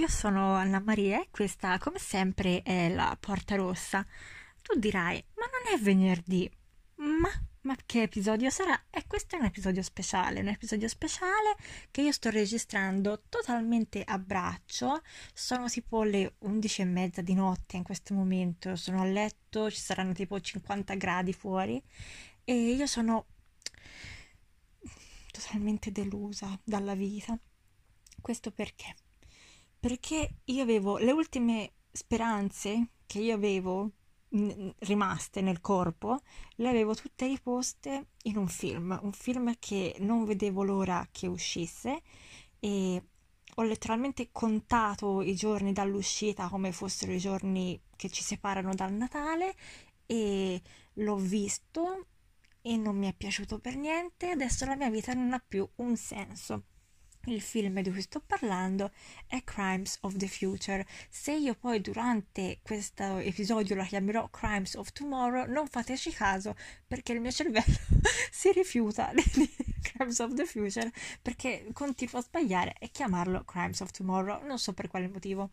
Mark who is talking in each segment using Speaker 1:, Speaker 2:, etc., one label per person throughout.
Speaker 1: io sono Anna Maria e questa, come sempre, è la Porta Rossa. Tu dirai, ma non è venerdì? Ma, ma che episodio sarà? E questo è un episodio speciale che io sto registrando totalmente a braccio. Sono tipo le 11:30 di notte in questo momento, sono a letto, ci saranno tipo 50 gradi fuori e io sono totalmente delusa dalla vita. Questo perché? Perché io avevo le ultime speranze che io avevo rimaste nel corpo, le avevo tutte riposte in un film che non vedevo l'ora che uscisse e ho letteralmente contato i giorni dall'uscita come fossero i giorni che ci separano dal Natale e l'ho visto e non mi è piaciuto per niente, adesso la mia vita non ha più un senso. Il film di cui sto parlando è Crimes of the Future. Se io poi durante questo episodio la chiamerò Crimes of Tomorrow, non fateci caso perché il mio cervello si rifiuta di Crimes of the Future perché continuo a sbagliare e chiamarlo Crimes of Tomorrow, non so per quale motivo.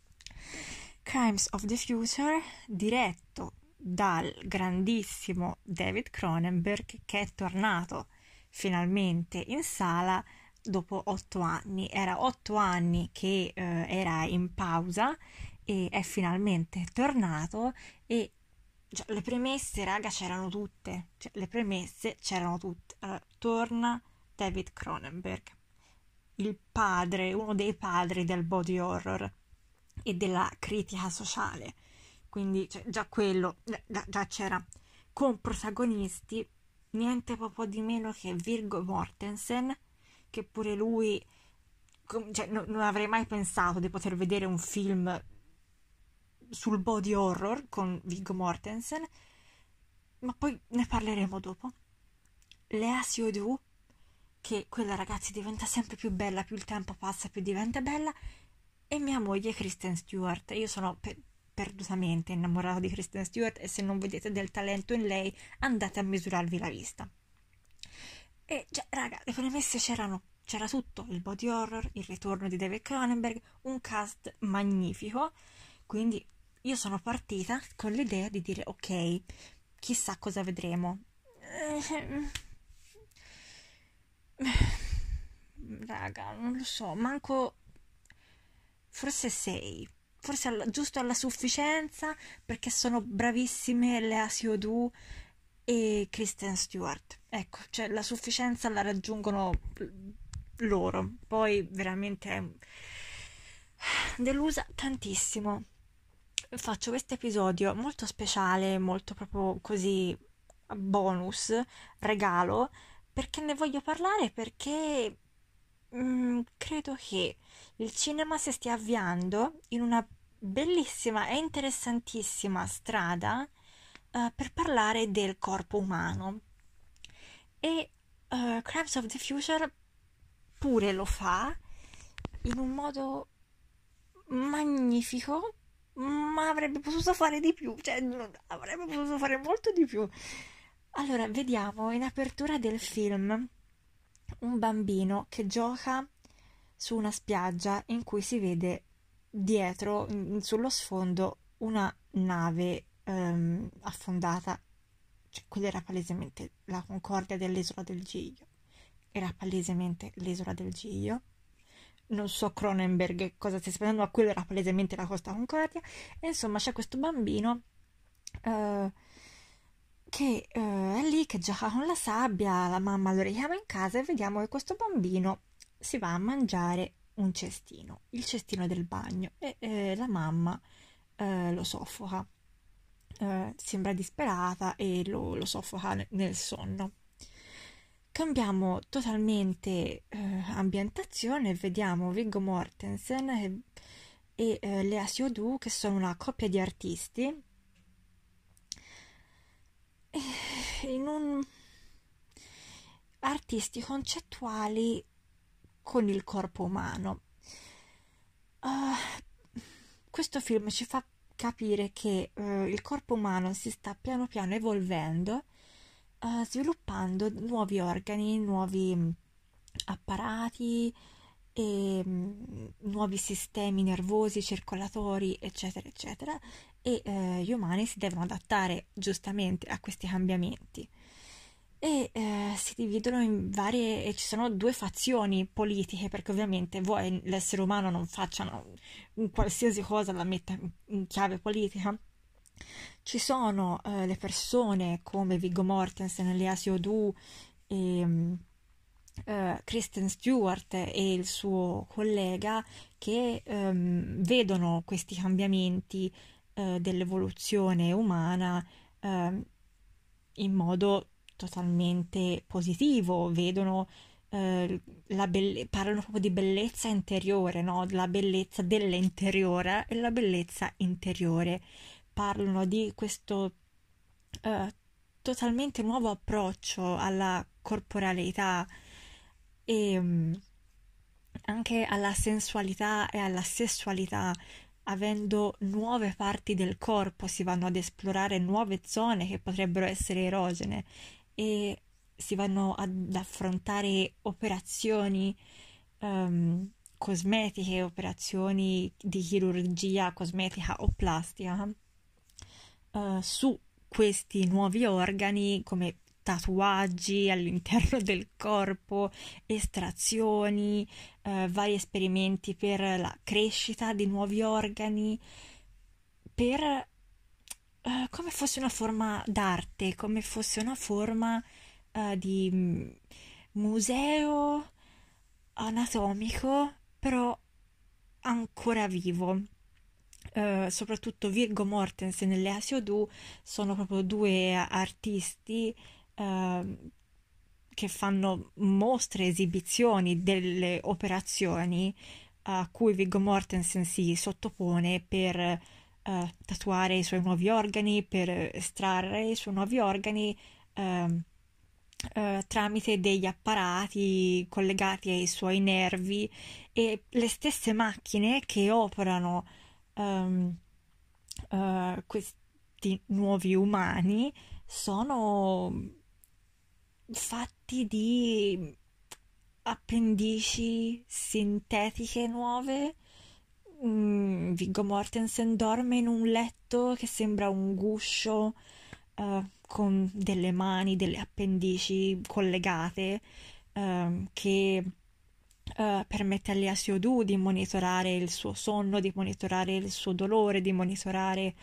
Speaker 1: Crimes of the Future, diretto dal grandissimo David Cronenberg, che è tornato finalmente in sala dopo 8 anni. Era 8 anni che era in pausa e è finalmente tornato e cioè, le premesse, raga, c'erano tutte. Cioè, le premesse c'erano tutte. Allora, torna David Cronenberg, il padre, uno dei padri del body horror e della critica sociale. Quindi cioè, già quello, già c'era con protagonisti niente proprio di meno che Viggo Mortensen, che pure lui, cioè, non avrei mai pensato di poter vedere un film sul body horror con Viggo Mortensen, ma poi ne parleremo dopo. Lea Seydoux, che quella ragazzi diventa sempre più bella, più il tempo passa, più diventa bella, e mia moglie Kristen Stewart. Io sono perdutamente innamorata di Kristen Stewart e se non vedete del talento in lei andate a misurarvi la vista. E cioè, raga, le premesse c'erano, c'era tutto, il body horror, il ritorno di David Cronenberg, un cast magnifico, quindi io sono partita con l'idea di dire ok, chissà cosa vedremo. Raga, non lo so, manco forse 6, forse giusto alla sufficienza perché sono bravissime Lea Seydoux e Kristen Stewart. Ecco, cioè la sufficienza la raggiungono loro. Poi veramente delusa tantissimo. Faccio questo episodio molto speciale, molto proprio così bonus, regalo, perché ne voglio parlare perché credo che il cinema si stia avviando in una bellissima e interessantissima strada per parlare del corpo umano e Crimes of the Future pure lo fa in un modo magnifico, ma avrebbe potuto fare di più, cioè avrebbe potuto fare molto di più. Allora, vediamo in apertura del film un bambino che gioca su una spiaggia in cui si vede dietro, sullo sfondo, una nave affondata. Cioè, quella era palesemente la Concordia dell'isola del Giglio. Era palesemente l'isola del Giglio. Non so Cronenberg cosa stia aspettando, ma quello era palesemente la Costa Concordia. E insomma c'è questo bambino eh, che è lì che gioca con la sabbia, la mamma lo richiama in casa e vediamo che questo bambino si va a mangiare un cestino, il cestino del bagno, e la mamma lo soffoca. Sembra disperata e lo soffoca nel sonno. Cambiamo totalmente ambientazione e vediamo Viggo Mortensen e Lea Seydoux che sono una coppia di artisti in un artisti concettuali con il corpo umano. Questo film ci fa capire che il corpo umano si sta piano piano evolvendo, sviluppando nuovi organi, nuovi apparati e nuovi sistemi nervosi, circolatori, eccetera, eccetera, e gli umani si devono adattare giustamente a questi cambiamenti. E si dividono in varie, e ci sono due fazioni politiche, perché ovviamente vuoi l'essere umano non facciano un qualsiasi cosa la metta in chiave politica. Ci sono le persone come Viggo Mortensen, Lea Seydoux e Kristen Stewart e il suo collega che vedono questi cambiamenti dell'evoluzione umana in modo totalmente positivo, vedono parlano proprio di bellezza interiore, no? La bellezza dell'interiore e la bellezza interiore. Parlano di questo eh, totalmente nuovo approccio alla corporalità e anche alla sensualità e alla sessualità, avendo nuove parti del corpo, si vanno ad esplorare nuove zone che potrebbero essere erogene e si vanno ad affrontare operazioni cosmetiche, operazioni di chirurgia cosmetica o plastica su questi nuovi organi come tatuaggi all'interno del corpo, estrazioni, vari esperimenti per la crescita di nuovi organi, per come fosse una forma d'arte, come fosse una forma di museo anatomico, però ancora vivo. Soprattutto Viggo Mortensen e Lea Seydoux sono proprio due artisti che fanno mostre, esibizioni delle operazioni a cui Viggo Mortensen si sottopone per tatuare i suoi nuovi organi, per estrarre i suoi nuovi organi tramite degli apparati collegati ai suoi nervi e le stesse macchine che operano ehm, questi nuovi umani sono fatti di appendici sintetiche nuove. Viggo Mortensen dorme in un letto che sembra un guscio con delle mani, delle appendici collegate che permette a Lea Seydoux di monitorare il suo sonno, di monitorare il suo dolore, di monitorare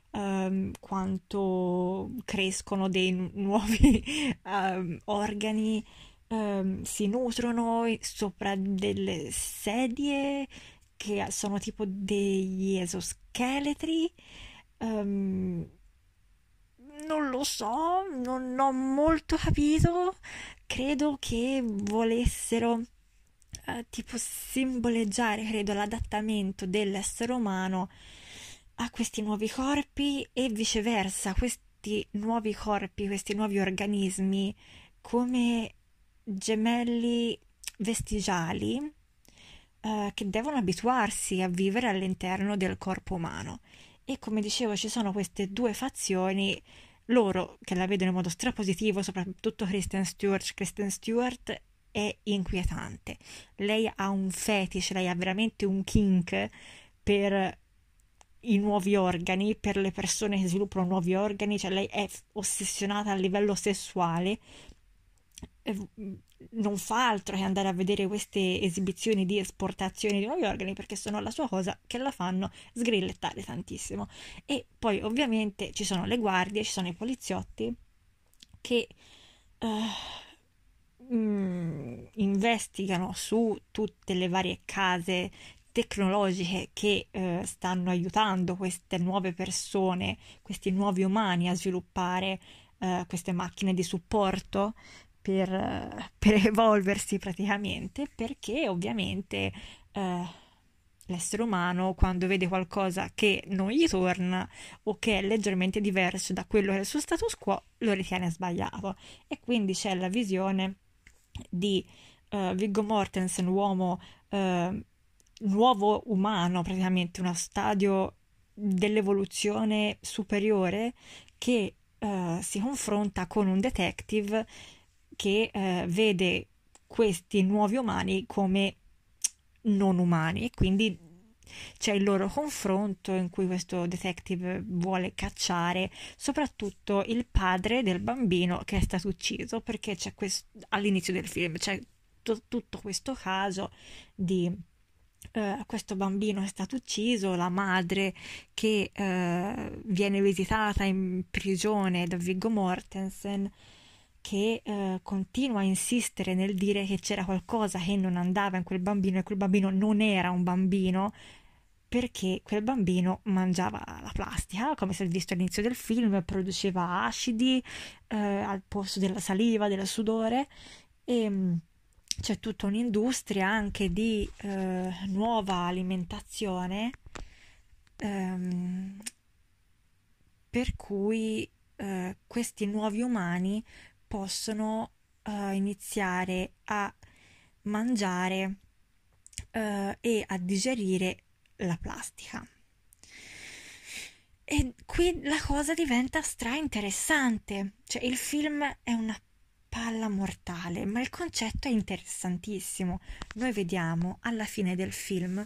Speaker 1: quanto crescono dei nuovi organi, si nutrono sopra delle sedie che sono tipo degli esoscheletri. ehm, non lo so, non ho molto capito. Credo che volessero tipo simboleggiare, credo, l'adattamento dell'essere umano a questi nuovi corpi e viceversa, questi nuovi corpi, questi nuovi organismi come gemelli vestigiali che devono abituarsi a vivere all'interno del corpo umano. E come dicevo, ci sono queste due fazioni, loro che la vedono in modo strapositivo, soprattutto Kristen Stewart. Kristen Stewart è inquietante. Lei ha un fetish, lei ha veramente un kink per i nuovi organi, per le persone che sviluppano nuovi organi, cioè lei è ossessionata a livello sessuale. Non fa altro che andare a vedere queste esibizioni di esportazione di nuovi organi perché sono la sua cosa che la fanno sgrillettare tantissimo. E poi ovviamente ci sono le guardie, ci sono i poliziotti che investigano su tutte le varie case tecnologiche che stanno aiutando queste nuove persone, questi nuovi umani a sviluppare queste macchine di supporto per evolversi praticamente, perché ovviamente l'essere umano quando vede qualcosa che non gli torna o che è leggermente diverso da quello che è il suo status quo, lo ritiene sbagliato. E quindi c'è la visione di Viggo Mortensen, uomo nuovo umano, praticamente uno stadio dell'evoluzione superiore che si confronta con un detective che vede questi nuovi umani come non umani, e quindi c'è il loro confronto in cui questo detective vuole cacciare soprattutto il padre del bambino che è stato ucciso, perché all'inizio del film c'è tutto questo caso di questo bambino è stato ucciso, la madre che viene visitata in prigione da Viggo Mortensen, che continua a insistere nel dire che c'era qualcosa che non andava in quel bambino e quel bambino non era un bambino perché quel bambino mangiava la plastica, come si è visto all'inizio del film, produceva acidi al posto della saliva, del sudore, e c'è tutta un'industria anche di nuova alimentazione, ehm, per cui questi nuovi umani possono iniziare a mangiare e a digerire la plastica. E qui la cosa diventa stra interessante, cioè il film è una palla mortale, ma il concetto è interessantissimo. Noi vediamo alla fine del film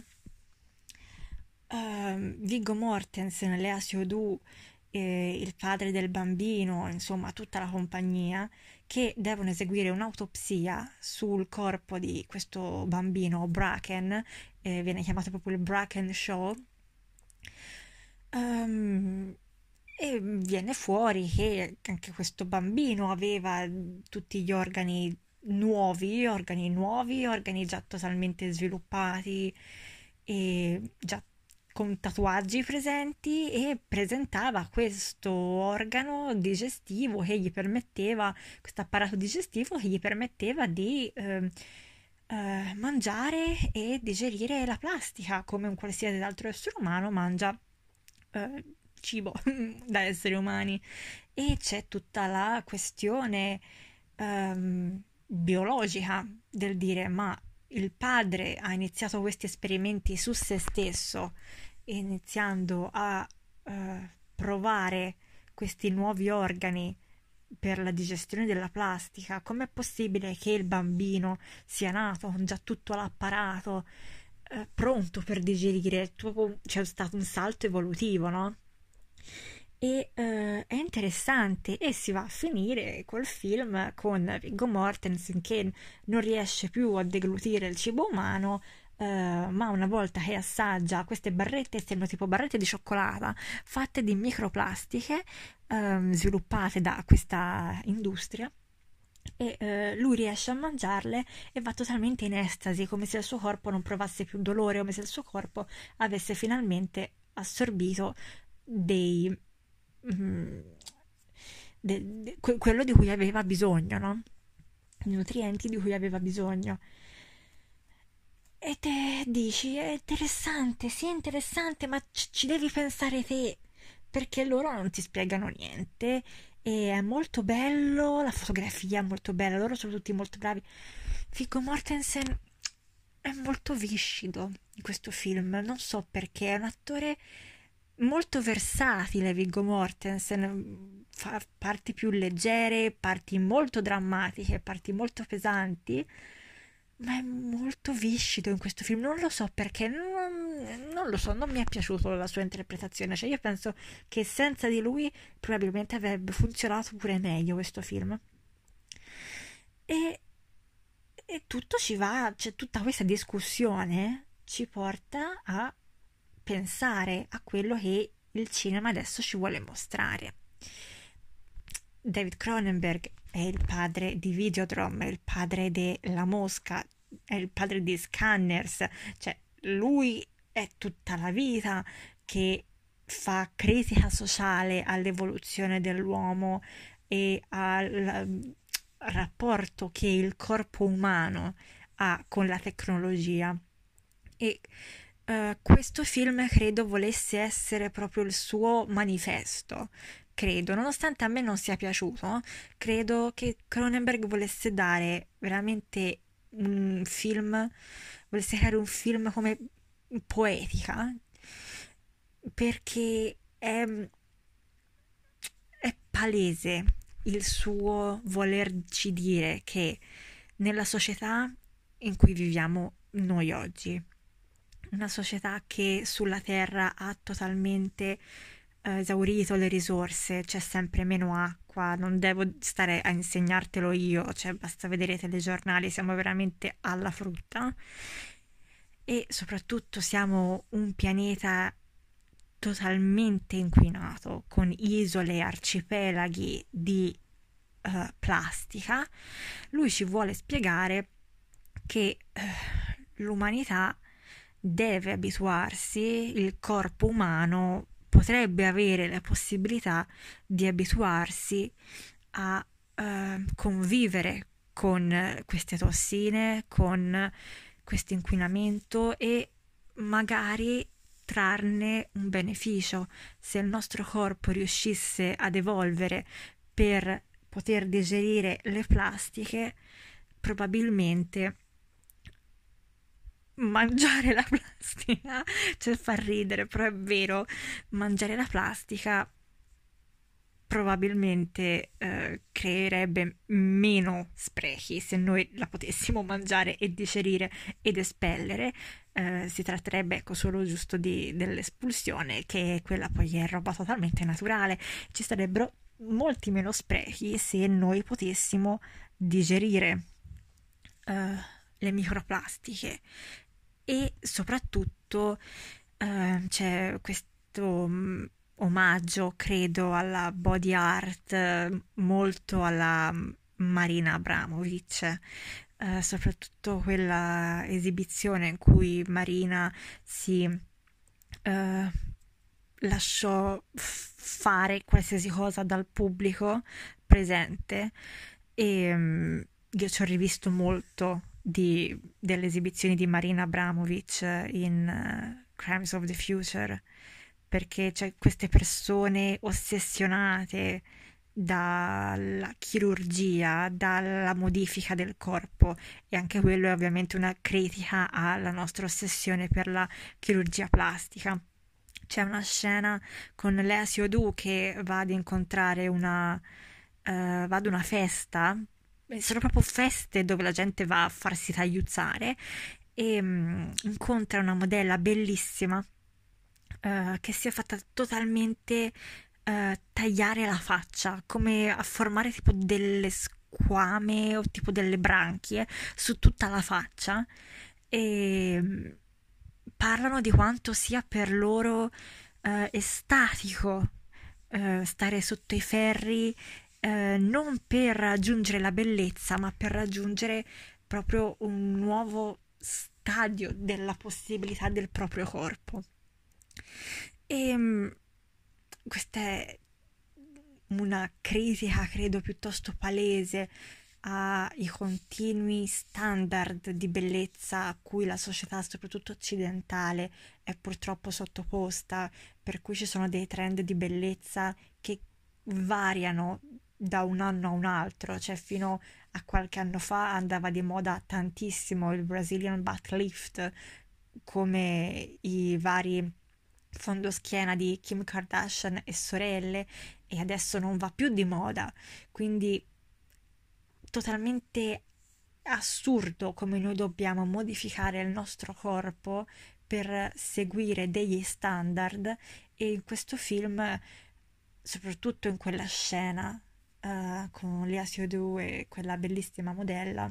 Speaker 1: Viggo Mortensen, Lea Seydoux, il padre del bambino, insomma tutta la compagnia, che devono eseguire un'autopsia sul corpo di questo bambino Bracken, viene chiamato proprio il Bracken Show. Ehm, e viene fuori che anche questo bambino aveva tutti gli organi nuovi, organi già totalmente sviluppati e già con tatuaggi presenti, e presentava questo organo digestivo che gli permetteva, questo apparato digestivo che gli permetteva di mangiare e digerire la plastica come un qualsiasi altro essere umano mangia eh, cibo da esseri umani. E c'è tutta la questione biologica del dire: ma il padre ha iniziato questi esperimenti su se stesso, iniziando a provare questi nuovi organi per la digestione della plastica. Com'è possibile che il bambino sia nato con già tutto l'apparato pronto per digerire? C'è stato un salto evolutivo, no? E è interessante, e si va a finire col film con Viggo Mortensen che non riesce più a deglutire il cibo umano, ma una volta che assaggia queste barrette, sembrano tipo barrette di cioccolata fatte di microplastiche sviluppate da questa industria, e lui riesce a mangiarle e va totalmente in estasi, come se il suo corpo non provasse più dolore, come se il suo corpo avesse finalmente assorbito dei mm, quello di cui aveva bisogno, no? I nutrienti di cui aveva bisogno. E te dici, è interessante, sì, è interessante, ma ci devi pensare te, perché loro non ti spiegano niente. E è molto bello, la fotografia è molto bella, loro sono tutti molto bravi. Viggo Mortensen è molto viscido in questo film, non so perché, è un attore molto versatile. Viggo Mortensen fa parti più leggere, parti molto drammatiche, parti molto pesanti, ma è molto viscido in questo film. Non lo so perché, non lo so, non mi è piaciuto la sua interpretazione. Cioè, io penso che senza di lui probabilmente avrebbe funzionato pure meglio questo film. E, e tutto ci va, cioè tutta questa discussione ci porta a pensare a quello che il cinema adesso ci vuole mostrare. David Cronenberg è il padre di Videodrome, è il padre della Mosca, è il padre di Scanners, cioè lui è tutta la vita che fa critica sociale all'evoluzione dell'uomo e al rapporto che il corpo umano ha con la tecnologia. E questo film credo volesse essere proprio il suo manifesto, credo, nonostante a me non sia piaciuto, credo che Cronenberg volesse dare veramente un film, volesse creare un film come poetica, perché è palese il suo volerci dire che nella società in cui viviamo noi oggi. Una società che sulla Terra ha totalmente esaurito le risorse, c'è sempre meno acqua, non devo stare a insegnartelo io, cioè basta vedere i telegiornali, siamo veramente alla frutta e soprattutto siamo un pianeta totalmente inquinato, con isole, arcipelaghi di plastica. Lui ci vuole spiegare che l'umanità deve abituarsi, il corpo umano potrebbe avere la possibilità di abituarsi a convivere con queste tossine, con questo inquinamento e magari trarne un beneficio. Se il nostro corpo riuscisse ad evolvere per poter digerire le plastiche, probabilmente mangiare la plastica, cioè fa ridere, però è vero, mangiare la plastica probabilmente creerebbe meno sprechi se noi la potessimo mangiare e digerire ed espellere. Si tratterebbe ecco, solo giusto dell'espulsione, che quella poi è roba totalmente naturale. Ci sarebbero molti meno sprechi se noi potessimo digerire eh, le microplastiche e soprattutto c'è questo omaggio, credo, alla body art, molto alla Marina Abramovic, soprattutto quella esibizione in cui Marina si lasciò fare qualsiasi cosa dal pubblico presente e io ci ho rivisto molto delle esibizioni di Marina Abramovic in Crimes of the Future perché c'è queste persone ossessionate dalla chirurgia, dalla modifica del corpo e anche quello è ovviamente una critica alla nostra ossessione per la chirurgia plastica. C'è una scena con Lea Seydoux che va ad incontrare va ad una festa, sono proprio feste dove la gente va a farsi tagliuzzare e incontra una modella bellissima che si è fatta totalmente tagliare la faccia, come a formare tipo delle squame o tipo delle branchie su tutta la faccia e parlano di quanto sia per loro estatico stare sotto i ferri non per raggiungere la bellezza, ma per raggiungere proprio un nuovo stadio della possibilità del proprio corpo. E questa è una critica, credo, piuttosto palese ai continui standard di bellezza a cui la società, soprattutto occidentale, è purtroppo sottoposta, per cui ci sono dei trend di bellezza che variano da un anno a un altro, cioè fino a qualche anno fa andava di moda tantissimo il Brazilian butt lift, come i vari fondoschiena di Kim Kardashian e sorelle, e adesso non va più di moda, quindi totalmente assurdo come noi dobbiamo modificare il nostro corpo per seguire degli standard e in questo film, soprattutto in quella scena con Lea Seydoux e quella bellissima modella,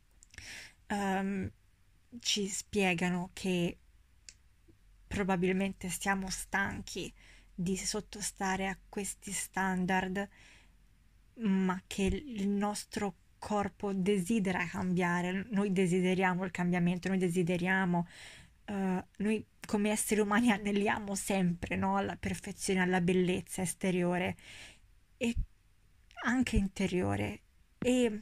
Speaker 1: ehm, ci spiegano che probabilmente siamo stanchi di sottostare a questi standard, ma che il nostro corpo desidera cambiare, noi desideriamo il cambiamento, noi desideriamo, noi come esseri umani aneliamo sempre, no? Alla perfezione, alla bellezza esteriore e anche interiore. E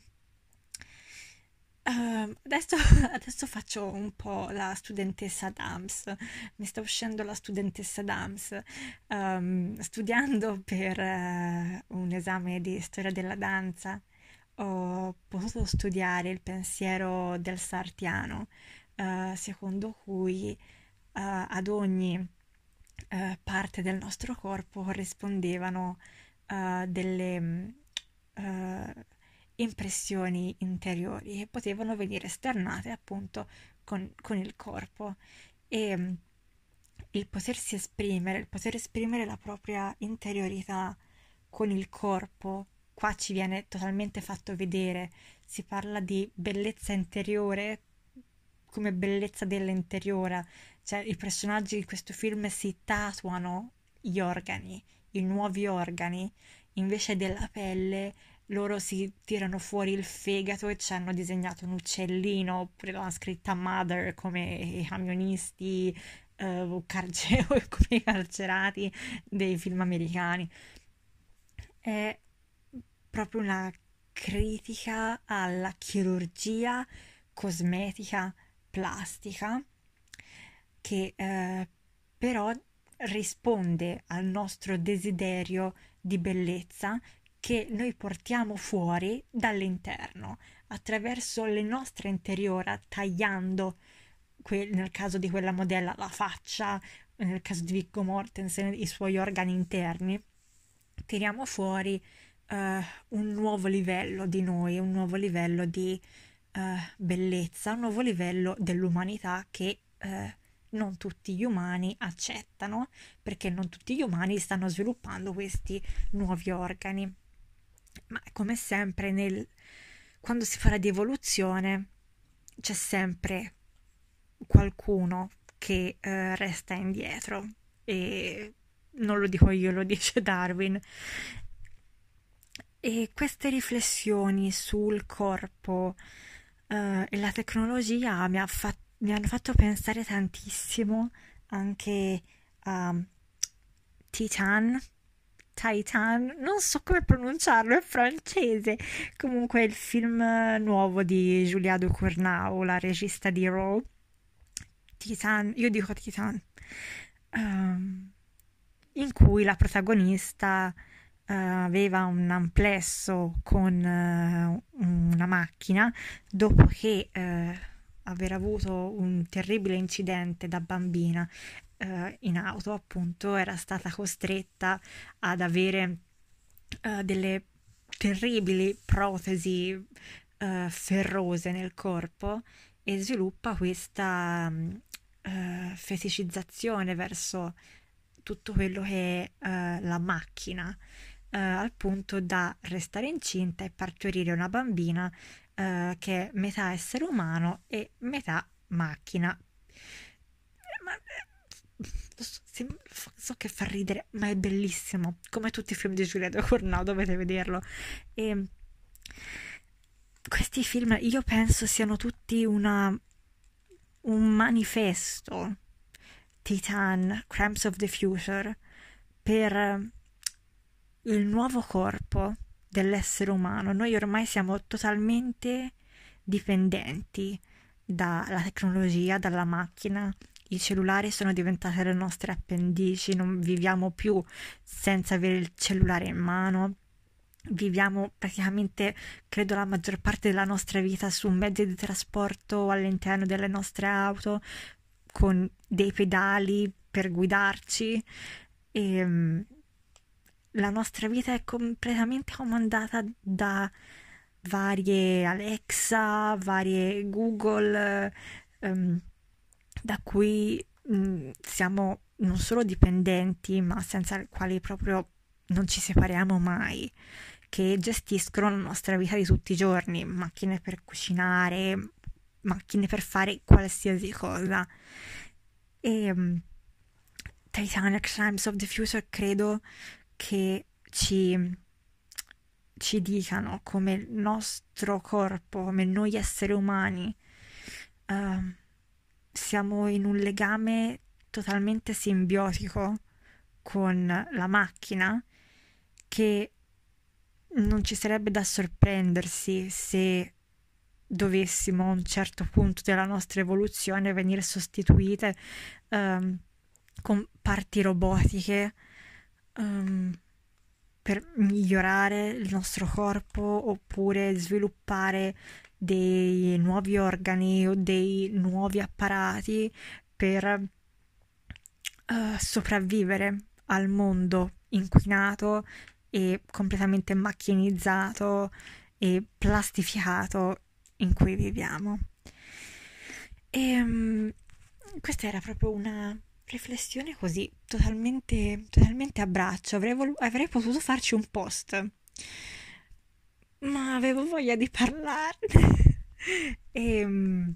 Speaker 1: adesso, adesso faccio un po' la studentessa Dams, mi sta uscendo la studentessa Dams, studiando per un esame di storia della danza. Ho potuto studiare il pensiero del Sartiano, secondo cui ad ogni parte del nostro corpo corrispondevano delle eh, impressioni interiori che potevano venire esternate appunto con il corpo e il poter esprimere la propria interiorità con il corpo, qua ci viene totalmente fatto vedere, si parla di bellezza interiore come bellezza dell'interiore, cioè i personaggi di questo film si tatuano gli organi, i nuovi organi, invece della pelle loro si tirano fuori il fegato e ci hanno disegnato un uccellino oppure l'hanno scritta Mother come i camionisti o come i carcerati dei film americani. È proprio una critica alla chirurgia cosmetica plastica che però risponde al nostro desiderio di bellezza che noi portiamo fuori dall'interno attraverso le nostre interiora, tagliando nel caso di quella modella la faccia, nel caso di Viggo Mortensen i suoi organi interni, tiriamo fuori un nuovo livello di noi, un nuovo livello di bellezza, un nuovo livello dell'umanità che non tutti gli umani accettano, perché non tutti gli umani stanno sviluppando questi nuovi organi. Ma come sempre quando si parla di evoluzione c'è sempre qualcuno che resta indietro, e non lo dico io, lo dice Darwin. E queste riflessioni sul corpo e la tecnologia mi hanno fatto pensare tantissimo anche a Titan, Titan, non so come pronunciarlo, è francese. Comunque è il film nuovo di Julia Ducournau, la regista di Raw. Titan, io dico Titan, in cui la protagonista aveva un amplesso con una macchina dopo che aver avuto un terribile incidente da bambina in auto, appunto, era stata costretta ad avere delle terribili protesi ferrose nel corpo e sviluppa questa feticizzazione verso tutto quello che è la macchina, al punto da restare incinta e partorire una bambina che è metà essere umano e metà macchina. Ma, so che fa ridere, ma è bellissimo, come tutti i film di Julia Ducournau, dovete vederlo. E questi film io penso siano tutti un manifesto, Titan, Crimes of the Future, per il nuovo corpo dell'essere umano. Noi ormai siamo totalmente dipendenti dalla tecnologia, dalla macchina. I cellulari sono diventate le nostre appendici, non viviamo più senza avere il cellulare in mano. Viviamo praticamente, credo, la maggior parte della nostra vita su mezzi di trasporto all'interno delle nostre auto, con dei pedali per guidarci, e la nostra vita è completamente comandata da varie Alexa, varie Google, da cui siamo non solo dipendenti, ma senza le quali proprio non ci separiamo mai, che gestiscono la nostra vita di tutti i giorni, macchine per cucinare, macchine per fare qualsiasi cosa. E Titanic Crimes of the Future credo che ci dicano come il nostro corpo, come noi esseri umani, siamo in un legame totalmente simbiotico con la macchina, che non ci sarebbe da sorprendersi se dovessimo a un certo punto della nostra evoluzione venire sostituite con parti robotiche per migliorare il nostro corpo, oppure sviluppare dei nuovi organi o dei nuovi apparati per sopravvivere al mondo inquinato e completamente macchinizzato e plastificato in cui viviamo. E questa era proprio una riflessione così, totalmente, totalmente a braccio. Avrei potuto farci un post, ma avevo voglia di parlarne. E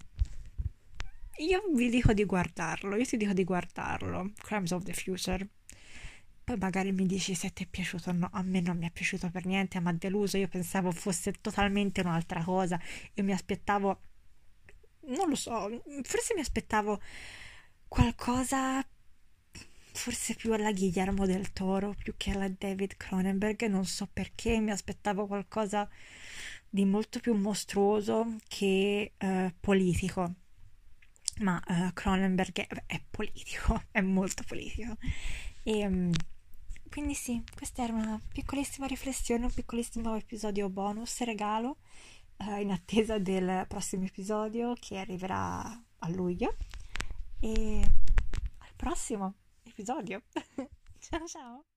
Speaker 1: io vi dico di guardarlo, io ti dico di guardarlo, Crimes of the Future. Poi magari mi dici se ti è piaciuto o no. A me non mi è piaciuto per niente, mi ha deluso. Io pensavo fosse totalmente un'altra cosa. Io mi aspettavo, non lo so, forse mi aspettavo qualcosa, forse più alla Guillermo del Toro, più che alla David Cronenberg. Non so perché, mi aspettavo qualcosa di molto più mostruoso che politico. Ma Cronenberg è politico, è molto politico. E quindi sì, questa era una piccolissima riflessione, un piccolissimo episodio bonus regalo in attesa del prossimo episodio che arriverà a luglio. E al prossimo episodio. Ciao ciao!